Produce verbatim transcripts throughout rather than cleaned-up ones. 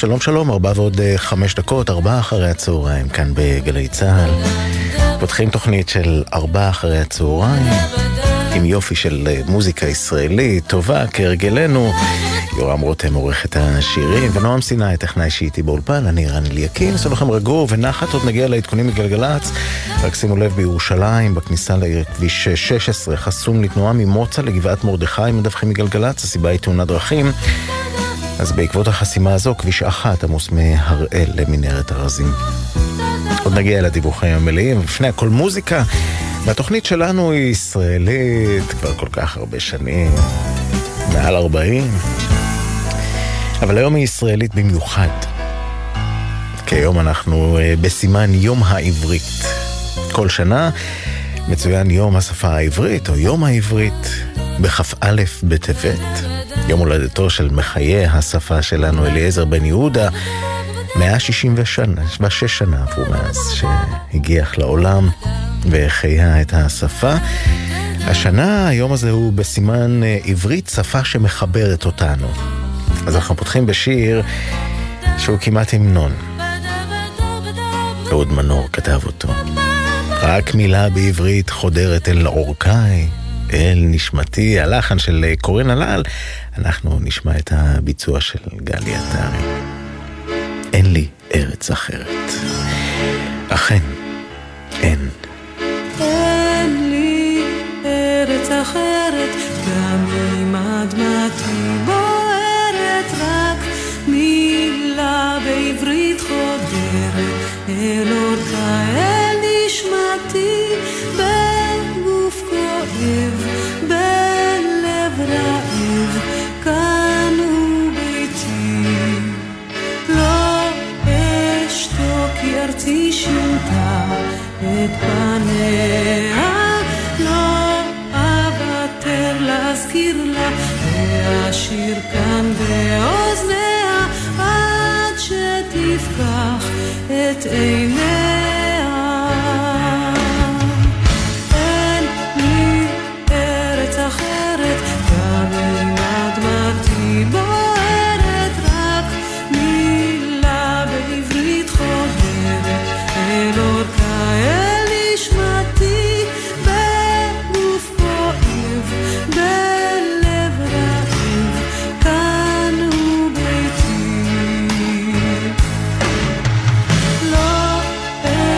שלום שלום, ארבע ועוד חמש דקות, ארבע אחרי הצהריים, כאן בגלי צהל. פותחים תוכנית של ארבע אחרי הצהריים, עם יופי של מוזיקה ישראלית, טובה כהרגלנו. יורם רותם עורך את השירים, ונועם סיני טכנאי שאיתי באולפן, אני רן אליקים, עשו לכם רגוע ונחת, עוד נגיע לעדכונים מגלגלץ. רק שימו לב, בירושלים, בכניסה לכביש שש עשרה, חסום לתנועה ממוצא לגבעת מרדכי, מדווחים מגלגלץ, הסיבה היא תאונת דרכים. אז בעקבות החסימה הזו, כביש אחת עמוס מהראל למנהרת הרזים. עוד נגיע אל הדיווחים המלאים, ולפני הכל מוזיקה. והתוכנית שלנו היא ישראלית כבר כל כך הרבה שנים, מעל ארבעים. אבל היום היא ישראלית במיוחד. כיום אנחנו בסימן יום העברית. כל שנה מצוין יום השפה העברית, או יום העברית, בכף א' בטבת. יום הולדתו של מחיי השפה שלנו, אליעזר בן יהודה, מאה שישים ושש שנה עברו מאז שהגיח לעולם והחיה את השפה. השנה, היום הזה הוא בסימן עברית, שפה שמחברת אותנו. אז אנחנו פותחים בשיר שהוא כמעט המנון. אהוד מנור כתב אותו. רק מילה בעברית חודרת אל אורכי, אל נשמתי. הלחן של קורן הלל. אנחנו נשמע את הביצוע של גלי עטרי. אין לי ארץ אחרת. אכן, אין. אין לי ארץ אחרת, גם אם אדמתי בוערת, רק מילה בעברית חודרת אל אורכי, אל נשמתי, בגוף כואב, בלב רעב, כאן הוא ביתי. לא אשתוק כי ארצי שינתה את פניה, לא אוותר להזכיר לה והשיר כאן באוזניה, עד שתפקח את עיניה. אין לי ארץ אחרת, גם אם אדמתי בוערת, רק מילה בעברית חודרת אל אורכי, אל נשמתי, בגוף כואב, בלב רעב, כאן הוא ביתי. לא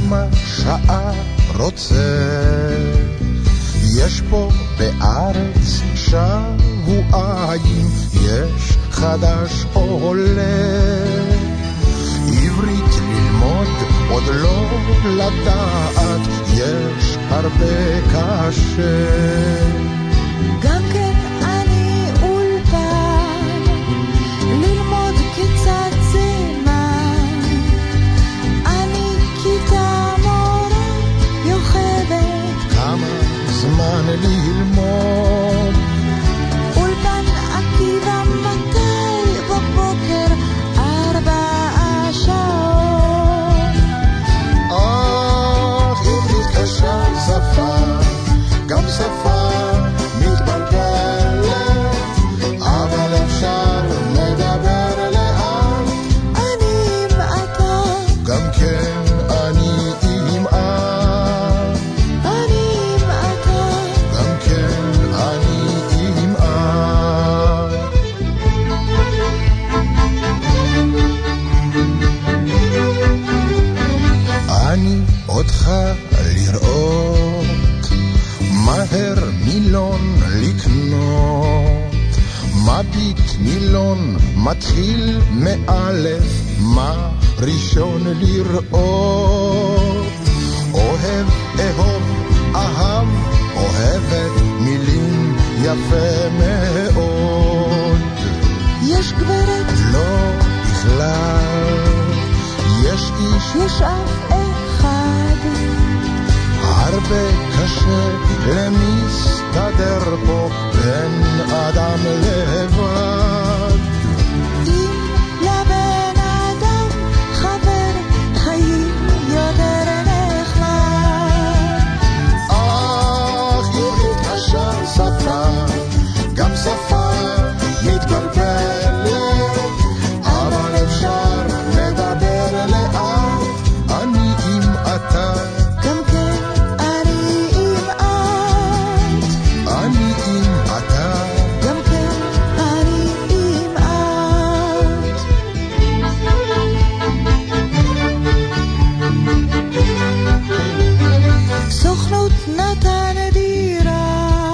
כמה שעה רוצה, יש פה בארץ שבועיים, יש חדש עולה, עברית ללמוד עוד לא לדעת, יש הרבה קשה. גם כן אני אולפן, ללמוד קצת זמן, אני כיתה מורה יוכבת, כמה זמן ללמוד, אולפן עקיבא מתי בבוקר ארבע שעות. אך עברית קשה שפה, גם שפה מתבלבלת, אבל אפשר לדבר לאט, אני עם אתה, גם כן אני עם את, אני עם אתה, גם כן אני עם את. אני אותך לראות, מהר מילון לקנות, מביט מילון מתחיל מאלף, מה ראשון לראות, אוהב אהוב אהב, אוהבת מילים יפה מאוד, יש גברת, לא בכלל, יש איש, יש אף אחד, הרבה קשה למסתדר פה בין אדם לבד, אם לבן אדם חבר חיים יותר נחמד. אך עברית קשה שפה, גם שפה מתבלבלת, אבל אפשר לדבר לאט, אני עם אתה, גם כן אני עם את, אני עם אתה, גם כן אני עם את. סוכנות נתן דירה,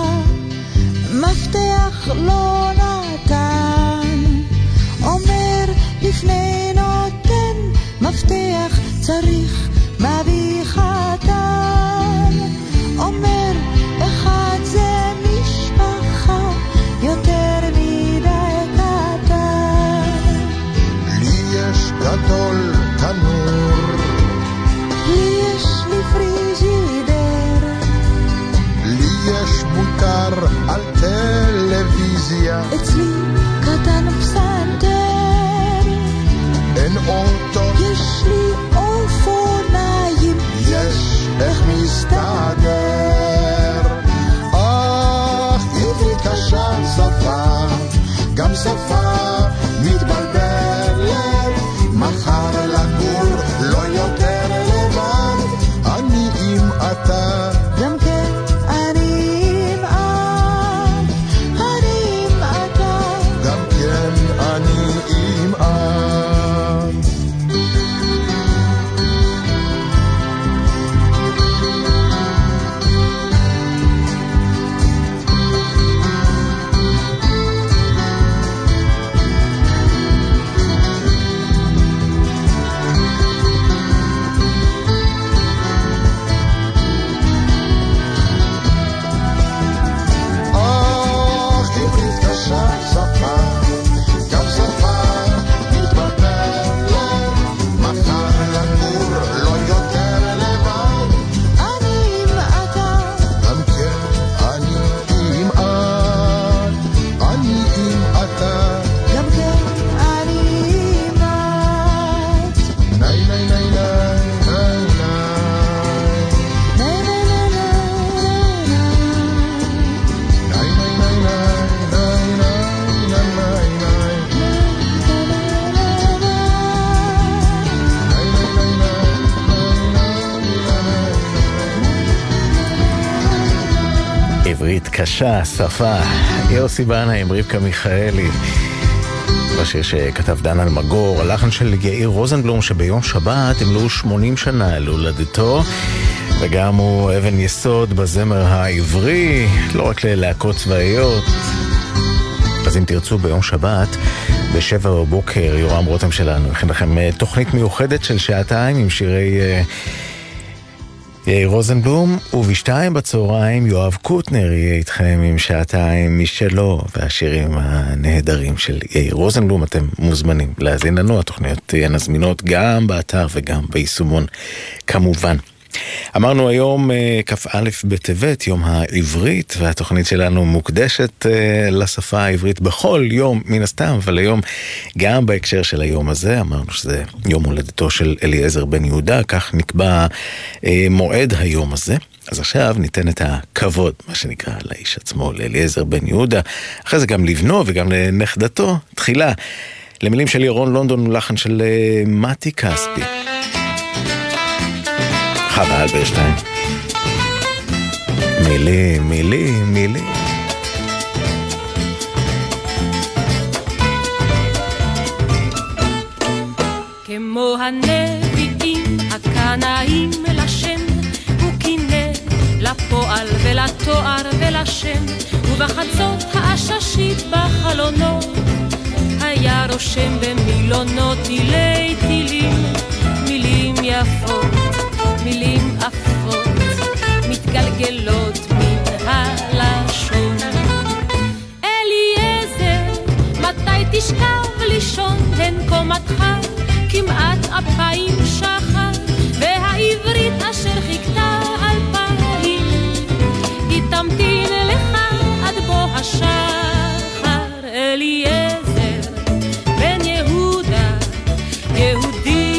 מפתח לא נתן, אומר לפני נותן, מפתח צריך מביא חתן, אומר אחד זה משפחה יותר מדי קטן, לי יש גדול תנור, לי יש לי פריג'ידר, לי יש מותר על טלוויזיה, אצלי קטן פסנתר, אין אוטו, יש לי אופניים, יש איך מסתדר, אך עברית קשה שפה, גם שפה מתבלבלת, מחר לגור לא יותר לבד, אני עם אתה, גם כן אני עם את, אני עם אתה, גם כן אני עם את. עברית קשה, שפה, יוסי בנה עם רבקה מיכאלי. בשיר שכתב דן אלמגור, הלחן של יאיר רוזנבלום, שביום שבת ימלאו שמונים שנה להולדתו, וגם הוא אבן יסוד בזמר העברי, לא רק ללהקות צבאיות. אז אם תרצו ביום שבת, בשבע בבוקר, יורם רותם שלנו הכין לכם תוכנית מיוחדת של שעתיים עם שירי יאיר רוזנבלום, ובשתיים בצהריים יואב קוטנר יהיה איתכם עם שעתיים משלו והשירים הנהדרים של יאיר רוזנבלום. אתם מוזמנים להאזין לנו, התוכניות תהיינה זמינות גם באתר וגם ביישומון כמובן. אמרנו היום כ"א בטבת, יום העברית, והתוכנית שלנו מוקדשת לשפה העברית בכל יום מן הסתם, אבל היום גם בהקשר של היום הזה, אמרנו שזה יום הולדתו של אליעזר בן יהודה, כך נקבע מועד היום הזה. אז עכשיו ניתן את הכבוד, מה שנקרא, לאיש עצמו, לאליעזר בן יהודה, אחרי זה גם לבנו וגם לנכדתו. תחילה למילים של ירון לונדון ולחן של מתי כספי, חווה אלברשטיין. מילים, מילים, מילים. כמו הנביאים הקנאים לשם, הוא קינא לפועל ולתואר ולשם, ובחצות העששית בחלונו היה רושם במילונות תילי תילים, מילים יפות, מילים אפות, מתגלגלות מן הלשון. אליעזר, מתי תשכב לישון? הן קומתך כמעט אפיים שחר, והעברית אשר חיכתה אלפיים היא תמתין לך עד בוא השחר. אליעזר בן יהודה, יהודי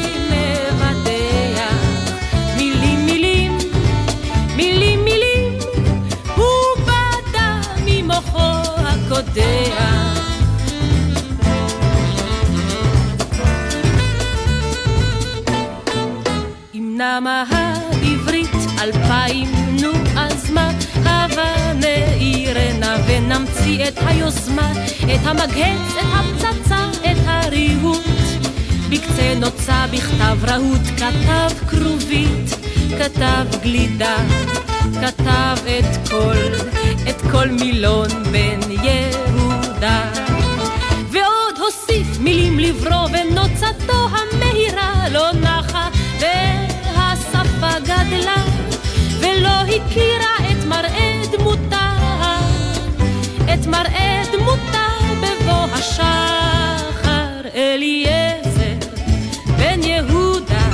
אם נמה העברית אלפיים, נו אז מה, הבה נעירנה ונמציא את היוזמה, את המגהץ, את הפצצה, את הריהוט. בקצה נוצה בכתב רהוט, כתב כרובית, כתב גלידה, כתב את כל, את כל מילון בן יהודה, ועוד הוסיף מילים לברוא, ונוצתו המהירה לא נחה, והשפה גדלה ולא הכירה את מראה דמותה, את מראה דמותה בבוא השחר. אליעזר בן יהודה,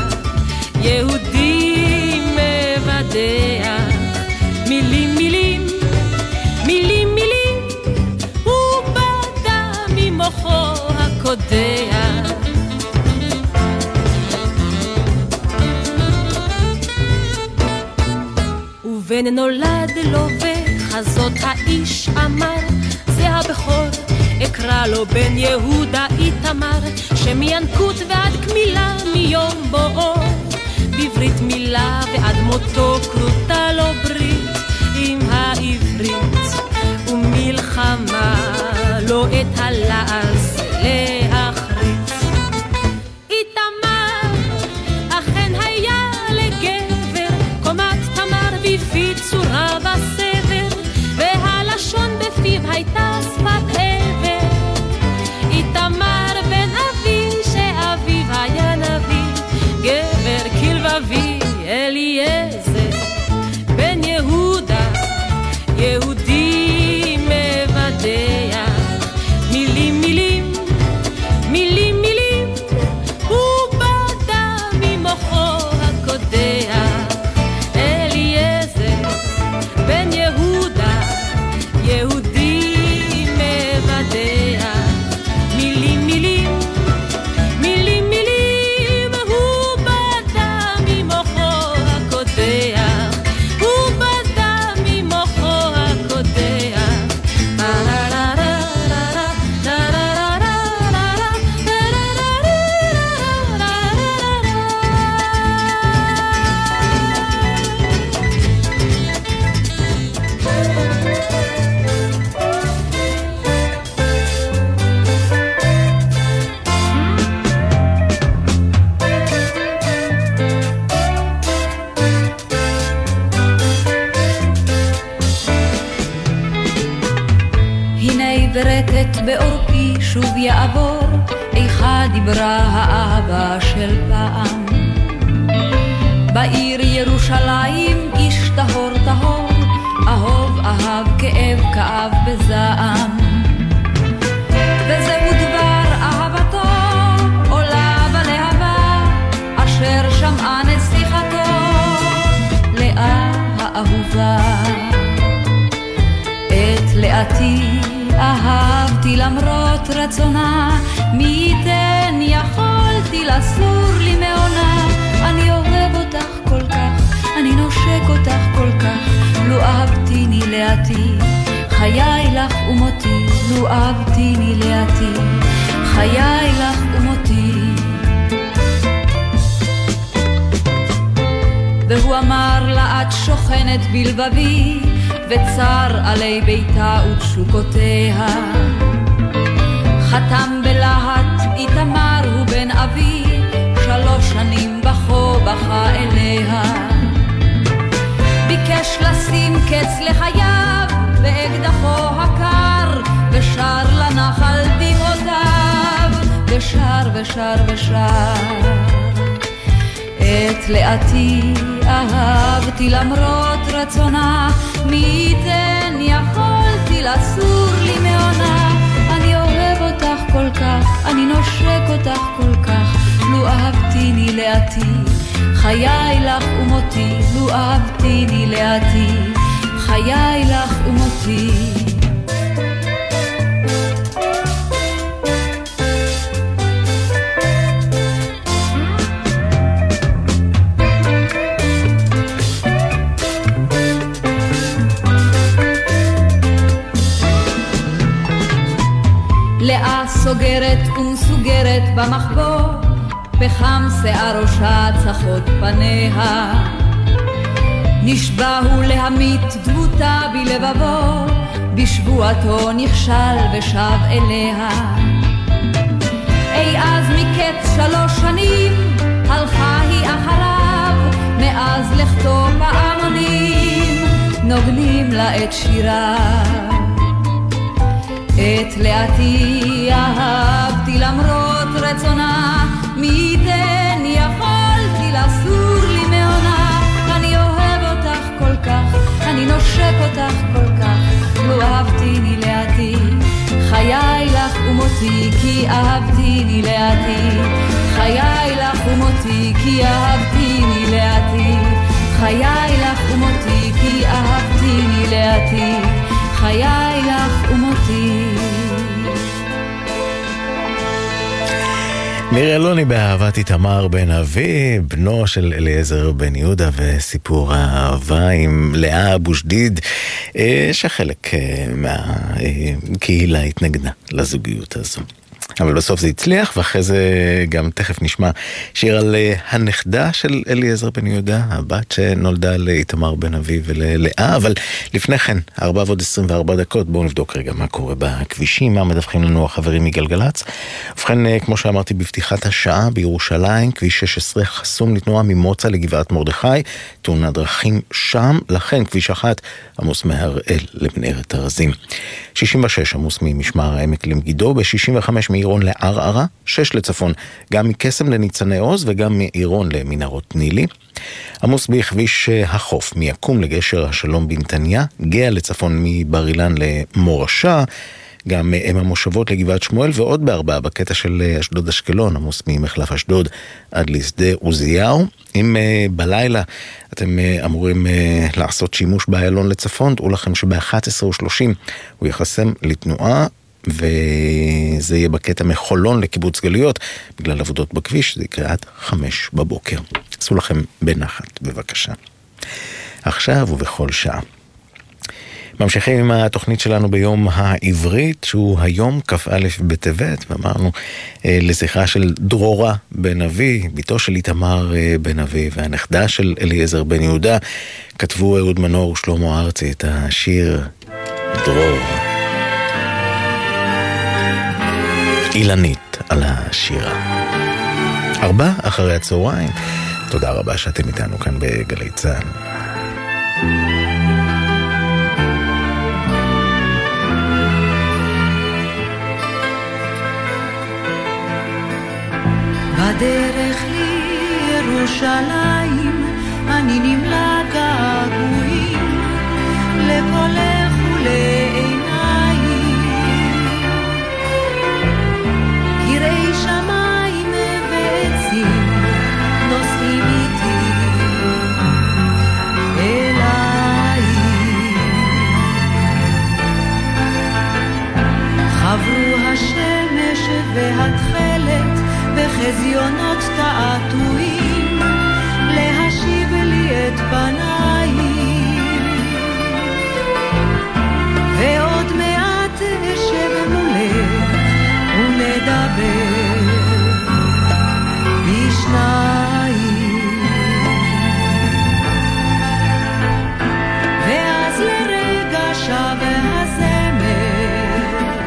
יהודי מבדע, מילים מילים, מילים מילים, הוא בדה ממוחו הקודע. ובן נולד לו וחזות האיש אמר, זה הבכור, אקרא לו בן יהודה איתמר, שמינקות ועד כמילה מיום בואו, בברית מילה ועד מותו כרותה לו ברית עם העברית, ומלחמה לא את הלעז להחריץ. איתמר אכן היה לגבר, קומת תמר בפי צורה בסבר, והלשון בפיו הייתה שפת עבר. איתמר בן אבי שאביו היה נביא, גבר כלבבי. אליעזר בן יהודה, יהודי מבדע, מילים מילים, מילים מילים, הוא בדה ממוחו הקודע. אליעזר בן יהודה, יהודי מבדע, מילים מילים, מילים מילים, הוא בדה ממוחו הקודע. הבט באורפי שוב יעבור, איכה דיברה האהבה של פעם. בעיר ירושלים איש טהור טהור, אהוב אהב כאב כאב בזעם. וזהו דבר אהבתו עולה בלהבה, אשר שמעה נסיכתו לאה האהובה. את לאתי אהבתי למרות רצונה, מי ייתן יכולתי לסור לי מעונה. אני אוהב אותך כל כך, אני נושק אותך כל כך, לו אהבתיני לאתי, חיי לך ומותי, לו אהבתיני לאתי, חיי לך ומותי. והוא אמר לה את שוכנת בלבבי, וצר עלי ביתה ותשוקותיה. חתם בלהט איתמר הוא בן אבי, שלוש שנים בכו בכה אליה. ביקש לשים קץ לחייו באקדחו הקר, ושר לנחל דמעותיו, ושר ושר ושר. את לאתי אהבתי למרות רצונה, מי ייתן יכולתי לסור לי מעונה. אני אוהב אותך כל כך, אני נושק אותך כל כך, לו אהבתיני לאתי, חיי לך ומותי, לו אהבתיני לאתי, חיי לך ומותי. לאה סוגרת ומסוגרת במחבור, פחם שיער ראשה צחות פניה. נשבע הוא להמית דמותה בלבבו, בשבועתו נכשל ושב אליה. אי אז מקץ שלוש שנים הלכה היא אחריו, מאז לכתו פעמונים נוגנים לה את שיריו. את לאתי אהבתי למרות רצונה, מי ייתן יכולתי לסור לי מעונה. אני אוהב אותך כל כך, אני נושק אותך כל כך, לו אהבתיני לאתי, חיי לך ומותי, כי אהבתיני לאתי, חיי לך ומותי, כי אהבתיני לאתי, חיי לך ומותי, כי אהבתיני לאתי, חיי לך ומותי. מירי אלוני באהבת איתמר בן אבי, בנו של אליעזר בן יהודה, וסיפור האהבה עם לאה אבו שדיד, שחלק מהקהילה התנגדה לזוגיות הזו. אבל בסוף זה הצליח, ואחרי זה גם תכף נשמע שיר על הנכדה של אליעזר בן יהודה, הבת שנולדה לאיתמר בן אבי וללאה. אבל לפני כן, ארבע ועוד עשרים וארבע דקות, בואו נבדוק רגע מה קורה בכבישים, מה מדווחים לנו החברים מגלגלץ. ובכן, כמו שאמרתי בפתיחת השעה, בירושלים, כביש שש עשרה חסום לתנועה ממוצא לגבעת מרדכי, תאונת דרכים שם, לכן כביש אחת עמוס מהראל למנהרת ארזים. שישים ושש עמוס ממשמר העמק למגידו, ב-שישים וחמש מעירון לערערה, שש לצפון, גם מקסם לניצני עוז וגם מעירון למנהרות נילי. עמוס בכביש החוף, מיקום לגשר השלום בנתניה, גאה לצפון מבר אילן למורשה, גם אם המושבות לגבעת שמואל, ועוד בארבעה בקטע של אשדוד אשקלון, עמוס ממחלף אשדוד עד לשדה עוזיהו. אם uh, בלילה אתם uh, אמורים uh, לעשות שימוש באיילון לצפון, דעו לכם שב-אחת עשרה ושלושים הוא יחסם לתנועה, וזה יהיה בקטע מחולון לקיבוץ גלויות, בגלל עבודות בכביש, זה יקרה עד חמש בבוקר. עשו לכם בנחת, בבקשה. עכשיו ובכל שעה. ממשיכים עם התוכנית שלנו ביום העברית, שהוא היום כ"א בטבת, ואמרנו אה, לזכרה של דרורה בן אבי, ביתו של איתמר אה, בן אבי, והנכדה של אליעזר בן יהודה. כתבו אהוד מנור ושלמה ארצי את השיר דרור. אילנית על השירה. ארבע אחרי הצהריים. תודה רבה שאתם איתנו כאן בגלי צהל. בדרך לירושלים אני נמלא געגועים לקולך ולעיניים, יראי שמיים ועצים נוסעים איתי אליי, חברו השמש והתחלת בחזיונות תעתועים להשיב לי את פניי, ועוד מעט אשב מולך ונדבר בשניים, ואז לרגע שב הזמר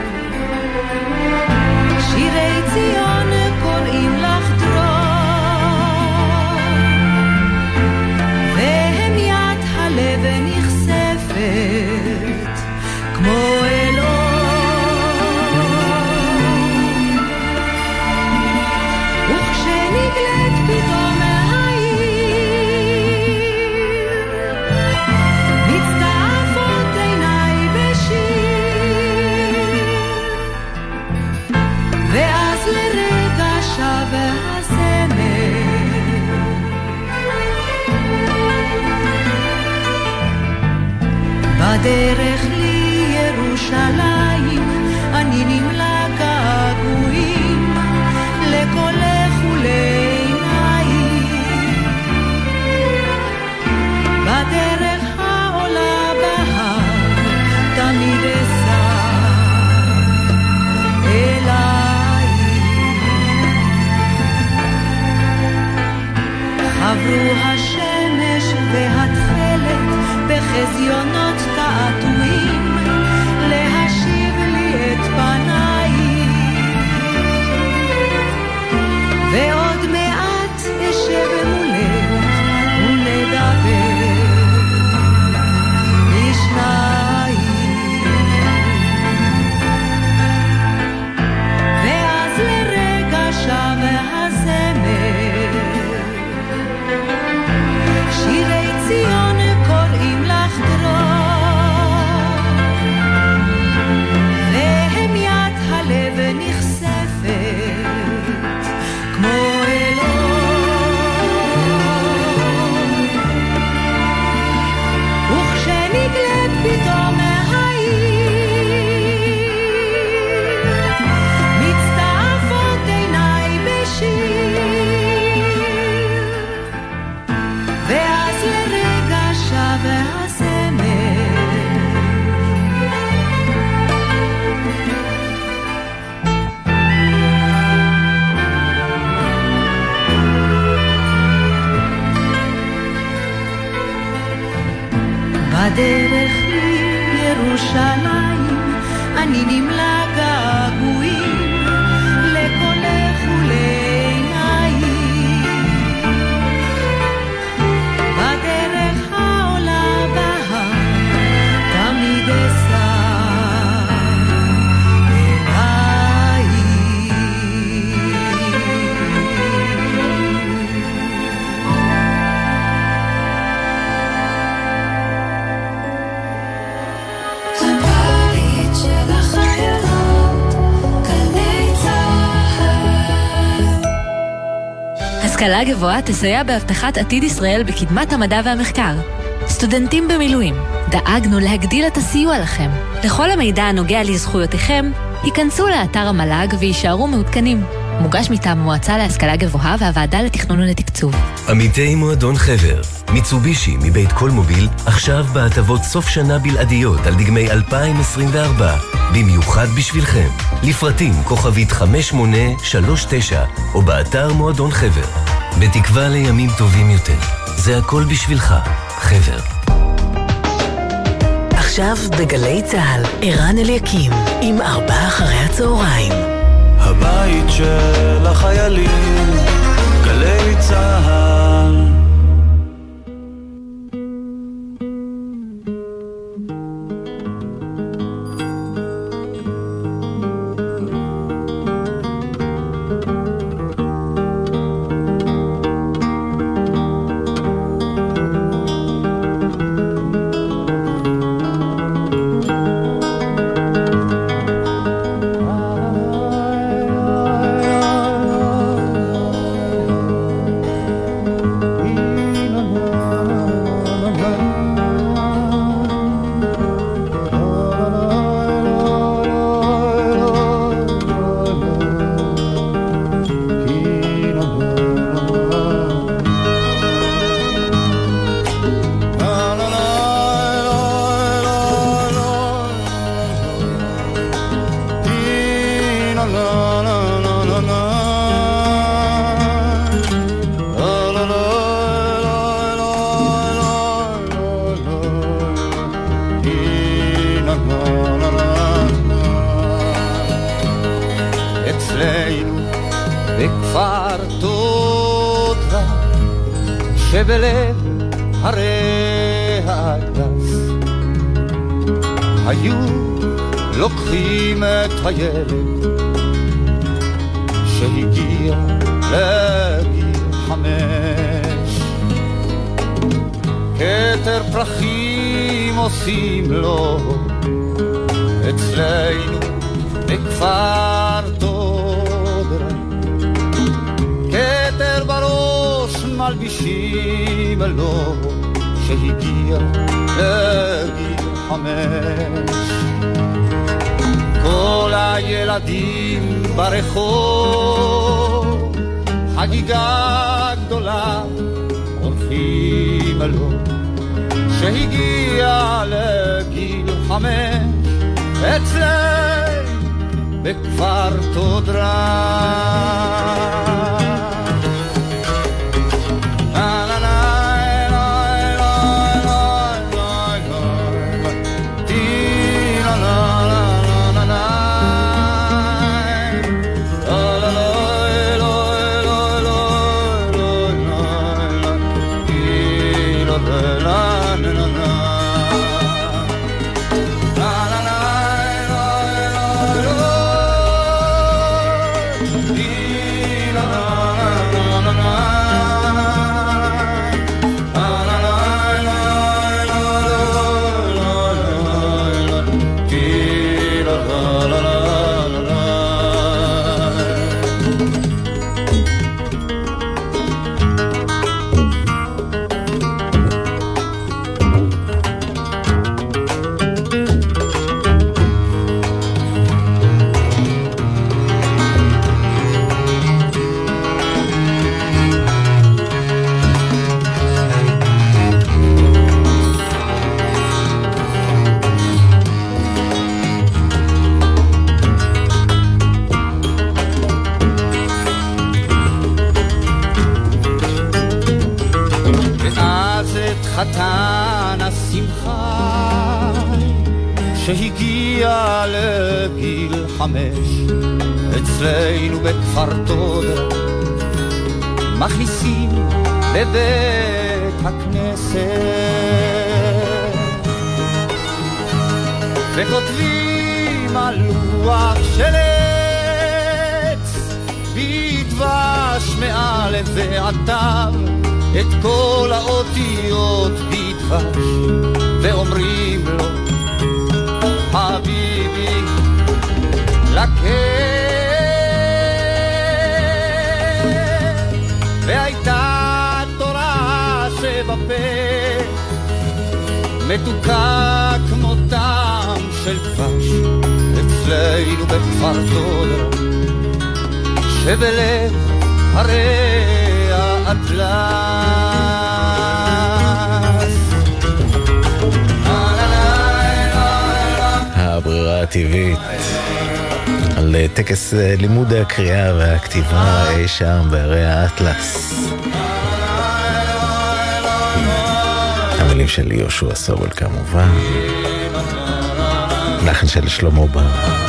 שירי ציון קוראים לך דרור, והמיית הלב נחשפת כמו אלוהים, וכשנגלית פתאום העיר מצטעפות עיניי בשיר, ואז לרגע שב הזמר בדרך לירושלים אני נמלא געגועים לקולך ולעיניים, בדרך העולה בהר תמיד אסע אליי, חברו השמש והתחלת בחזיונות תעתועים להשיב לי את פניי, ועוד מעט אשב מולך ונדבר בשניים, ואז לרגע שב הזמר שירי ציון קוראים לך דרור, והמיית הלב נחשפת כמו אלוהים, וכשנגלית פתאום העיר מצטעפות עיניי בשיר, ואז לרגע שב הזמר בדרך לירושלים אני נמלא געגועים לקולך ולעיניים, בדרך העולה בהר תמיד אסע אליי, הבית של החיילות, גלי צהל. השכלה גבוהה תסייע בהבטחת עתיד ישראל בקדמת המדע והמחקר. סטודנטים במילואים, דאגנו להגדיל את הסיוע לכם. לכל המידע הנוגע לזכויותיכם, היכנסו לאתר המל"ג וישארו מעודכנים. מוגש מטעם המועצה להשכלה גבוהה והוועדה לתכנון ולתקצוב. עמיתי מועדון חבר, מיצובישי מבית כל מוביל, עכשיו בהטבות סוף שנה בלעדיות על דגמי אלפיים עשרים וארבע, במיוחד בשבילכם. לפרטים כוכבית חמש שמונה שלוש תשע או באתר מועדון חבר. בתקווה לימים טובים יותר. זה הכל בשבילך, חבר. עכשיו בגלי צהל, ערן אליקים עם ארבע אחרי הצהריים. הבית של החיילים, גלי צהל. שבלב הרי האגס היו לוקחים את הילד שהגיע לגיל חמש, כתר פרחים עושים לו אצלנו בכפר תודרה, כתר בראש מלבישים לו שהגיע לגיל חמש. כל הילדים ברחוב חגיגה גדולה עורכים לו שהגיע לגיל חמש אצלנו בכפר תודרה. חתן השמחה שהגיע לגיל חמש אצלנו בכפר תודרה, מכניסים בבית הכנסת וכותבים על לוח של עץ בדבש מאלף ועד תו את כל האותיות בדבש ואומרים לו חביבי לקט, והייתה תורה שבפה מתוקה כמו טעם של דבש אצלנו בכפר תודרה שבלב הרי האטלס. הברירה הטבעית על טקס לימוד הקריאה והכתיבה אי שם בערי האטלס. המילים של יהושע סובל כמובן, לחן של שלמה בר.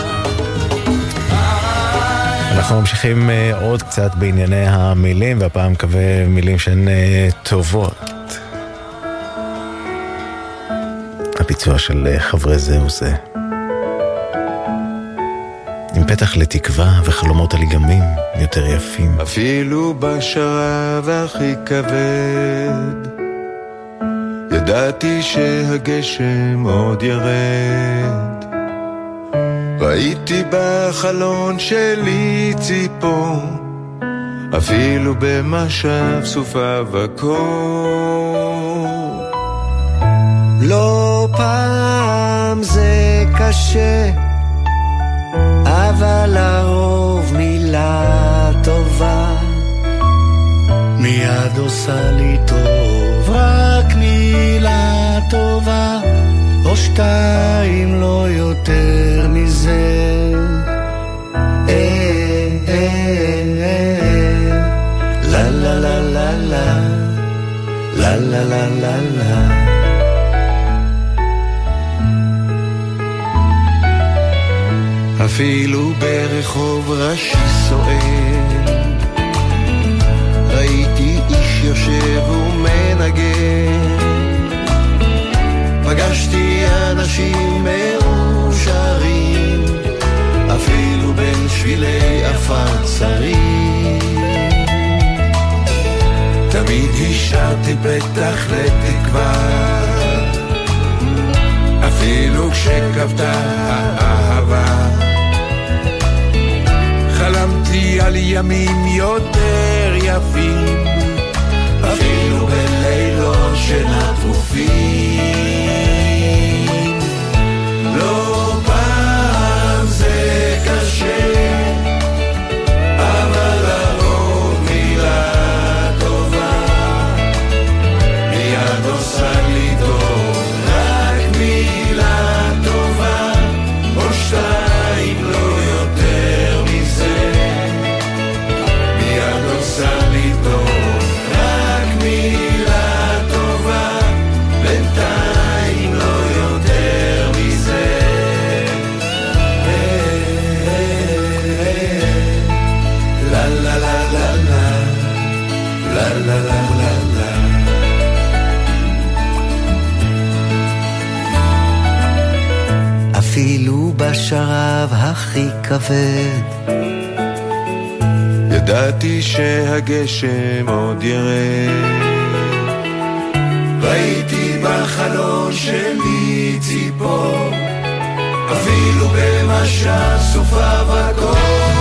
אנחנו ממשיכים עוד קצת בענייני המילים, והפעם מקווה מילים שהן טובות. הביצוע של חברי זה וזה, עם פתח לתקווה וחלומות על יגמים יותר יפים. אפילו בשרב הכי כבד ידעתי שהגשם עוד ירד, ראיתי בחלון שלי ציפור, אפילו במשב סופה וקור. לא פעם זה קשה, אבל לרוב מילה טובה מיד עושה לי טוב, רק מילה טובה או שתיים, לא יותר מזה. אה, אה, אה, לה לה לה לה לה, לה לה לה לה לה. אפילו ברחוב ראשי סוער ראיתי איש יושב ומדבר, לנגן. פגשתי אנשים מאושרים, אפילו בין שבילי עפר צרים. תמיד השארתי פתח לתקווה, אפילו כשכבתה האהבה. חלמתי על ימים יותר יפים, אפילו בלילות שנטופים. לא פעם זה קשה, אבל לרוב מילה טובה מיד עושה לי טוב. רק מילה טובה או שתיים, לא יותר מזה, מיד עושה לי טוב. רק מילה טובה, בינתיים לא יותר מזה. לה לה לה לה לה לה לה לה לה לה. אפילו בשרב הכי כבד ידעתי שהגשם עוד ירד. ראיתי בחלון שלי ציפור, אפילו במשל סופה וקור.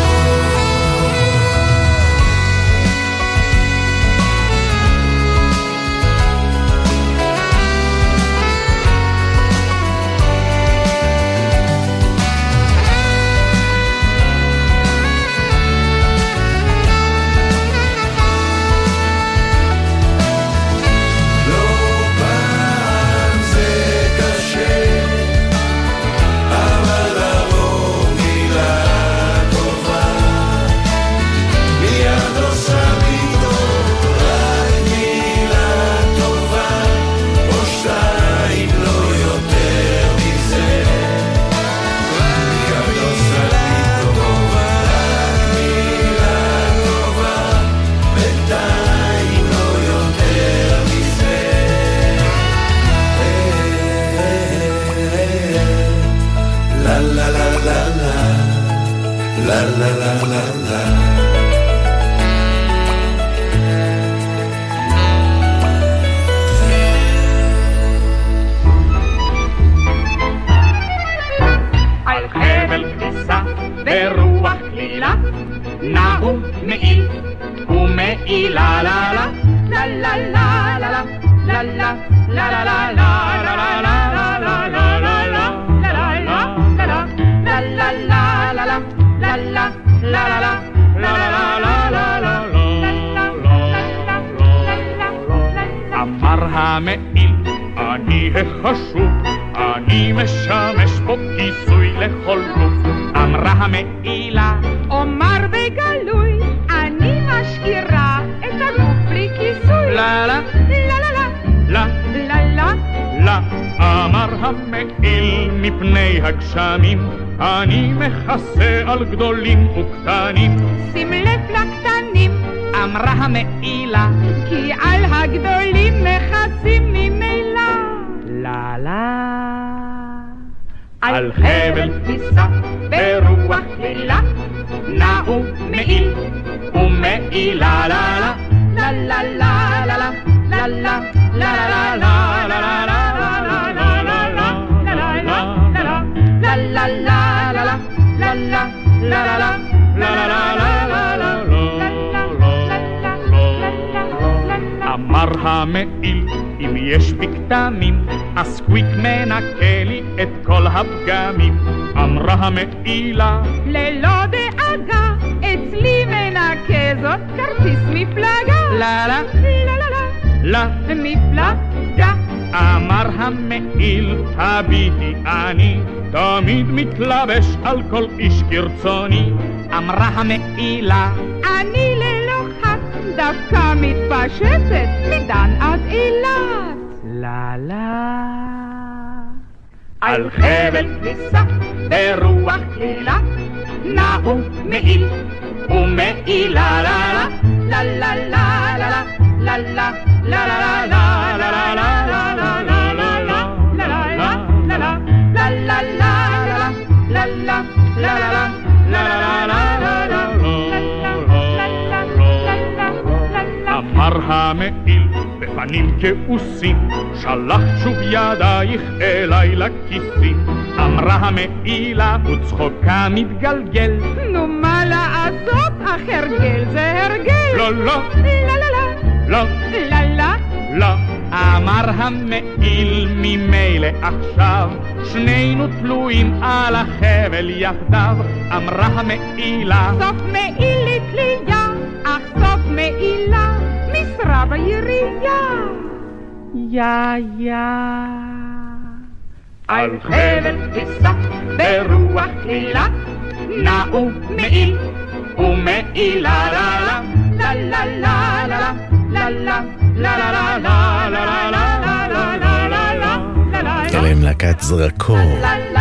אני מכסה על גדולים וקטנים. שים לב לקטנים, אמרה המעילה, כי על הגדולים מכסים ממילא. לה לה על חבל כביסה ברוח לילה, נעו מעיל ומעילה. לה לה לה לה לה לה לה לה לה לה לה לה la la la la la la la la la la la. אמר המעיל, אם יש בי כתמים, אז קוויק מנקה לי את כל הפגמים. אמרה המעילה, ללא דאגה, אצלי מנקה זאת כרטיס מפלגה. לה לה la la לה מפלגה. אמר המעיל, הביטי אני תמיד מתלבש על כל איש כרצוני. אמרה המעילה, אני ללא חת דווקא מתפשטת מדן עד אילת. לה לה על חבל כביסה ברוח לילה, נעו מעיל ומעילה. לה לה לה לה לה לה la la la la la la la la la la la la la la la la la אמר המעיל בפנים כעוסים, שלחת שוב ידייך אליי לכיסים. אמרה המעילה וצחוקה מתגלגל, נו מה לעשות, אך הרגל זה הרגל. לא לא לא לא לא לא לא לא. אמר המעיל ממילא עכשיו שנינו תלויים על החבל יחדיו. אמרה המעילה סוף מעילי תלייה, אך סוף מעילה משרה בעירייה. יא יא על חבל טיסה ברוח כלילה, נעו מעיל ומעילה לה לה לה לה לה לה לה לה לה לה לה לה. אלה עם להקת זרקור,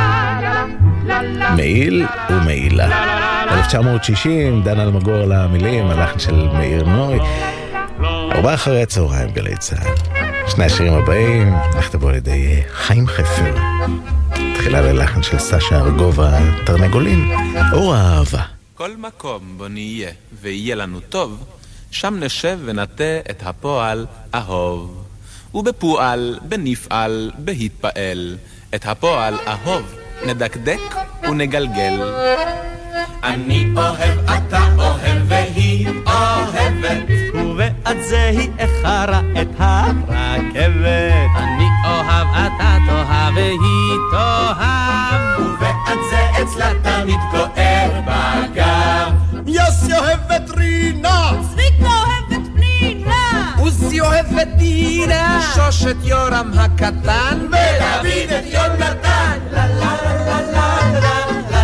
מעיל ומעילה. אלף תשע מאות שישים, דן אלמגור על המילים, הלחן של מאיר נוי. ארבעה אחרי הצהריים גלי צהל. שני השירים הבאים נכתבו על ידי חיים חפר. תחילה ללחן של סשה ארגובה, תרנגולים, אור האהבה. כל מקום בו נהיה ויהיה לנו טוב, שם נשב ונטה את הפועל אהוב. ובפועל, בנפעל, בהתפעל, את הפועל אהוב נדקדק ונגלגל. אני אוהב, אתה אוהב, והיא אוהבת, ובעד זה היא אחרה את הרכבת. אני אוהב, אתה תאהב, והיא תאהב, ובעד זה אצלה תמיד כואב בגב. יוסי אוהבת רינה, צביקה אוהבת פנינה, עוזי אוהבת דינה, שושת יורם הקטן, ודוד את יונתן. לה לה לה לה לה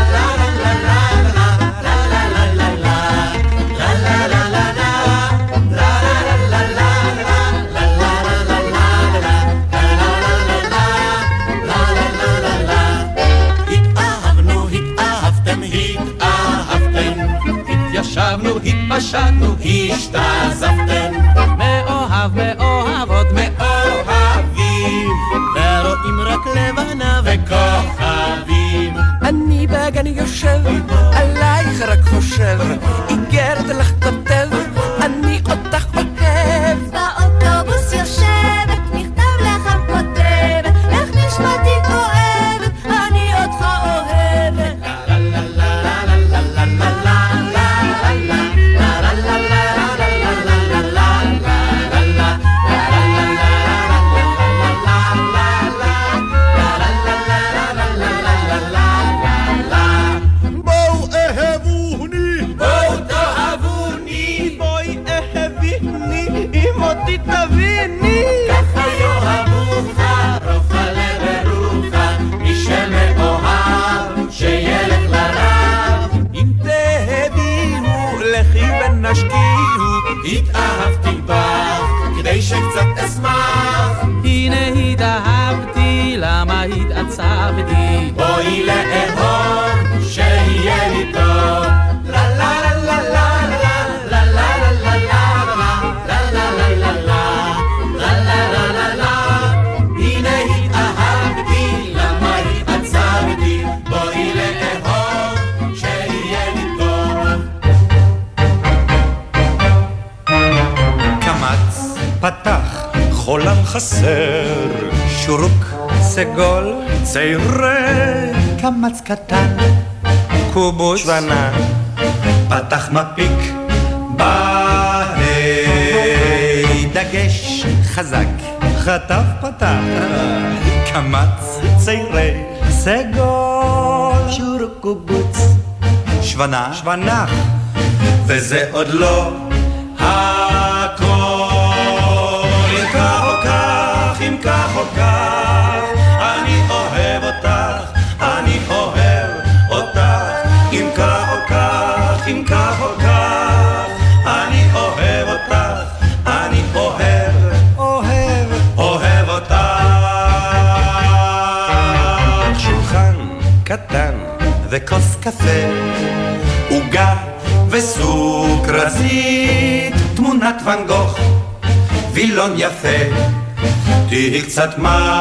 ישבנו, התפשטנו, השתזפתם, מאוהב, מאוהבות, מאוהבים, ורואים רק לבנה וכוכבים. אני בגן יושב, עלייך רק חושב, איגרת לך כותב, אני אותך אוהב. באוטובוס יושבת, מכתב לך כותבת, איך נשמעתי כואבת, אני אותך אוהבת. תביני ככה יאהבוך, רוחה לברוכה, מי שמאוהב שילך לרב. אם תהביהו לכי ונשקיעו, התאהבתי בך כדי שקצת אשמח. הנה התאהבתי, למה התעצבתי? בואי לאהוב שיהיה לי טוב. לה לה לה לה לה לה לה לה פתח חולם חסר, שורוק סגול צעירי, קמץ קטן קובוץ שוונה, פתח מפיק בהי, דגש חזק חטף פתח, קמץ צעירי סגול, שורוק קובוץ שוונה, שוונה, וזה עוד לא הכל. אם כך או כך, אני אוהב אותך, אני אוהב אותך. אם כך או כך, אם כך או כך, אני אוהב אותך, אני אוהב, אוהב, אוהב אותך. שולחן קטן וכוס קפה, עוגה וסוכרזית, תמונת ואן גוך וילון יפה, תהי קצת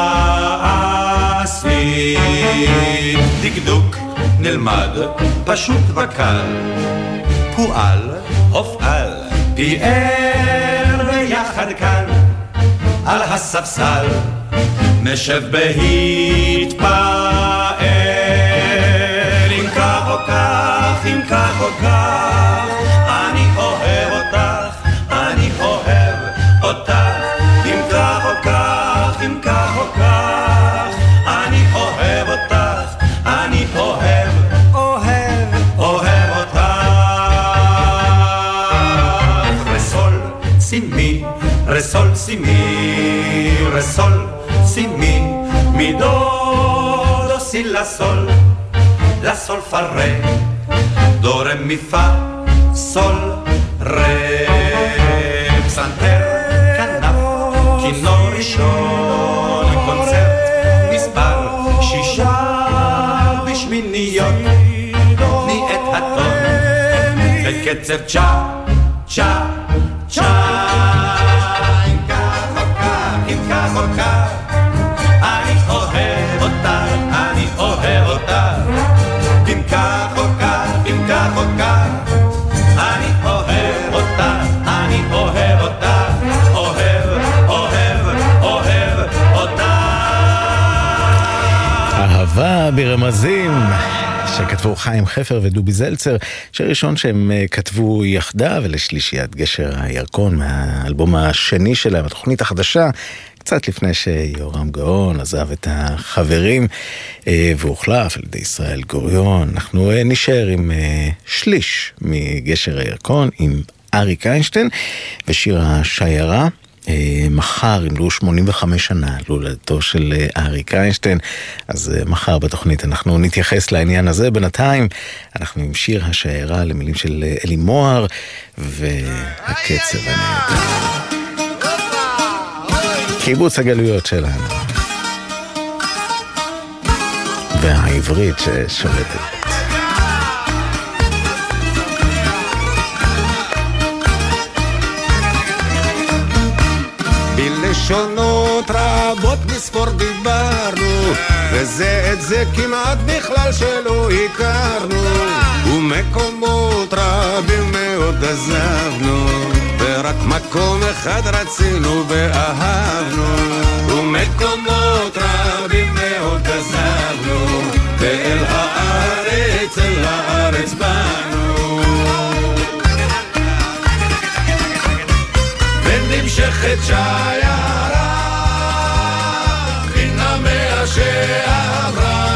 מעשי, דקדוק נלמד, פשוט וקל, פועל, הופעל, פיאר ביחד כאן, על הספסל, נשב בהתפעל, אם כך או כך, אם כך או כך, אני אוהב אותך, אני אוהב אותך, אם כך או כך, אם כך או כך, אני אוהב אותך, אני אוהב, אוהב, אוהב אותך. רסול, סימי, רסול, סימי, רסול, סימי, mi do, do, si, la, sol, la, sol, fa, re, do, re, mi, fa, sol, re, פסנתר, כנף, כינור ראשון, קונצרט, מספר, שישה, בשמיניות, תני את הטון, בקצב צ'ה, צ'ה, צ'ה, אם כך או כך, אם כך או כך, אני אוהב אותה, אני אוהב אותה, אם כך או כך, אם כך או כך, אני אוהב אותה, אני אוהב אותה, אוהב, אוהב, אוהב אותה. אהבה ברמזים, שכתבו חיים חפר ודובי זלצר, שראשון שהם כתבו יחדיו ולשלישיית גשר הירקון מהאלבום השני שלהם, התוכנית החדשה, קצת לפני שיורם גאון עזב את החברים והוחלף על ידי ישראל גוריון. אנחנו נשאר עם שליש מגשר הירקון, עם אריק איינשטיין ושיר השיירה. מחר ימלאו שמונים וחמש שנה להולדתו של אריק איינשטיין, אז מחר בתוכנית אנחנו נתייחס לעניין הזה. בינתיים אנחנו עם שיר השיירה למילים של אלי מוהר והקצב הנהדר, קיבוץ הגלויות שלנו והעברית ששולטת. בלשונות רבות מספור דיברנו, וזה את זה כמעט בכלל שלא הכרנו, ומקומות רבים מאוד עזבנו, ורק מקום אחד רצינו ואהבנו, ומקומות רבים מאוד עזבנו, ואל הארץ, אל הארץ באנו, ונמשכת שיירה מן המאה שעברה,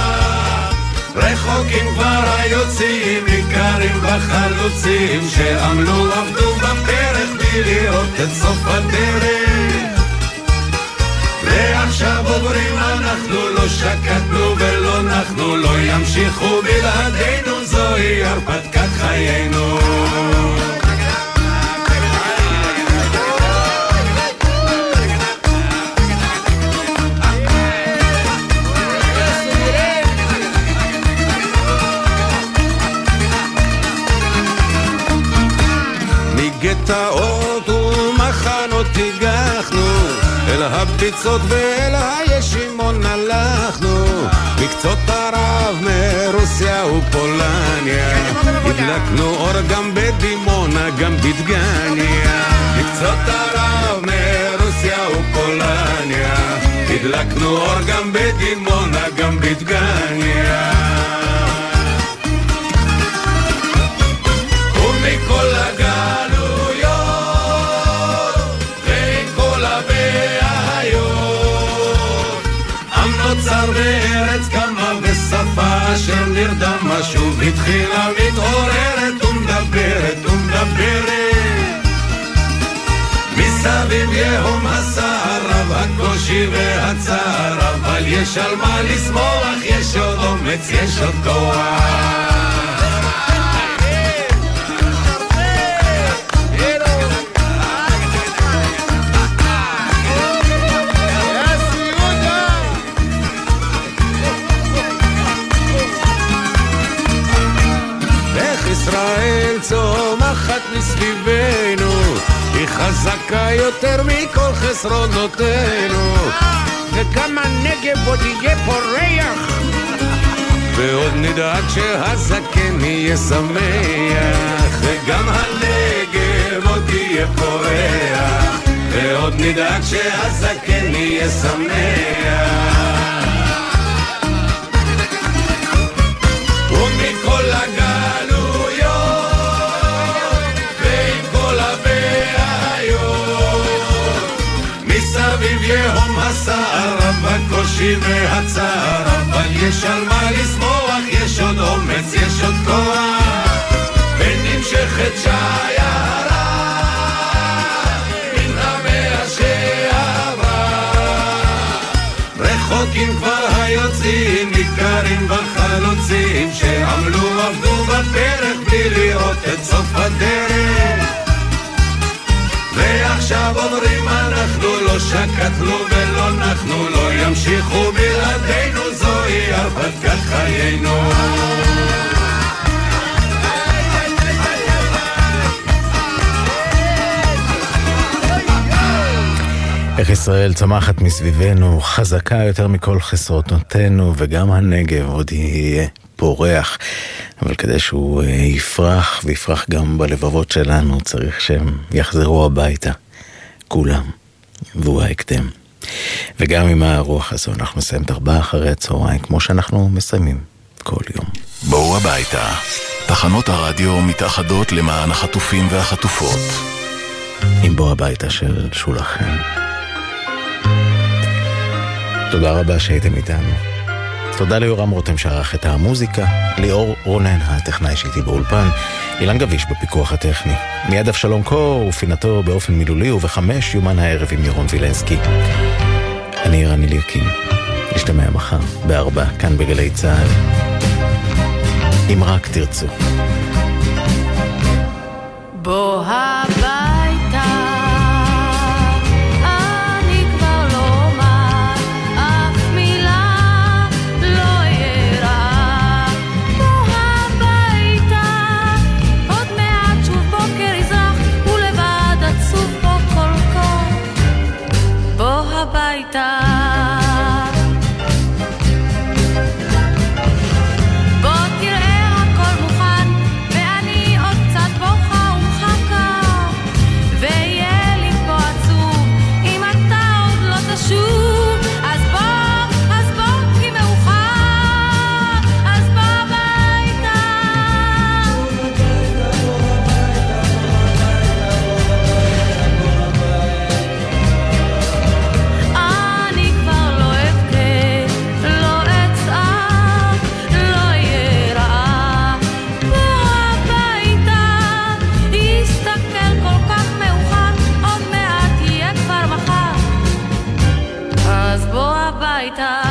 רחוקים כבר היוצאים, ניכרים בחלוצים שעמלו עבדו בפרח בלי לראות את סוף הדרך, ועכשיו עוברים אנחנו, לא שקטנו ולא נחנו, לא ימשיכו בלעדינו, זוהי הרפתקת חיינו. גטאות ומחנות הגחנו, אל הפיצות ואל הישימון הלכנו, מקצות ערב מרוסיה ופולניה, הדלקנו אור גם בדימונה גם בדגניה, מקצות ערב מרוסיה ופולניה, הדלקנו אור גם בדימונה גם בדגניה, ומכל הגל נוצר בארץ קמה ושפה אשר נרדמה שוב התחילה מתעוררת ומדברת ומדברת, מסביב יהום הסער רב הקושי והצער, אבל יש על מה לשמוח, יש עוד אומץ, יש עוד כוח. ישראל צומחת מסביבנו, היא חזקה יותר מכל חסרונותינו, וגם הנגב עוד יהיה פורח, ועוד נדאג שהזקן יהיה שמח, וגם הנגב עוד יהיה פורח, ועוד נדאג שהזקן יהיה שמח. ומכל הגלויות ועם כל הבעיות מסביב יהום הסערה בקושי והצער, אבל יש על מה לשמוח, יש עוד אומץ, יש עוד כוח, ונמשכת שיירה מן המאה שעברה. רחוקים כבר היוצאים, ניכרים בחלוצים שעמלו עבדו בפרח בלי לראות את סוף הדרך, ועכשיו אומרים אנחנו לא שקטנו ולא נחנו, לא ימשיכו בלעדינו, זוהי הרפתקת חיינו. איך ישראל צמחת מסביבנו, חזקה יותר מכל חסרונותינו, וגם הנגב עוד יהיה פורח. אבל כדי שהוא יפרח ויפרח גם בלבבות שלנו, צריך שהם יחזרו הביתה, כולם, והוא ההקדם. וגם עם הרוח הזו אנחנו נסיים את ארבעה אחרי הצהריים, כמו שאנחנו מסיימים כל יום. בואו הביתה. תחנות הרדיו מתאחדות למען החטופים והחטופות. עם בוא הביתה של שולחן. תודה רבה שהייתם איתנו. תודה ליורם רותם שערך את המוזיקה, ליאור רונן הטכנאי שאיתי באולפן, אילן גביש בפיקוח הטכני. מיד אבשלום קור ופינתו באופן מילולי, ובחמש יומן הערב עם ירון וילנסקי. אני ערן אליקים. נשתמע מחר בארבע כאן בגלי צהל, אם רק תרצו. בוא הביתה, אני כבר לא אומר אף מילה, לא יראה. בוא הביתה, עוד מעט שוב בוקר יזרח, ולבד עצוב פה כל כל. בוא הביתה, הביתה.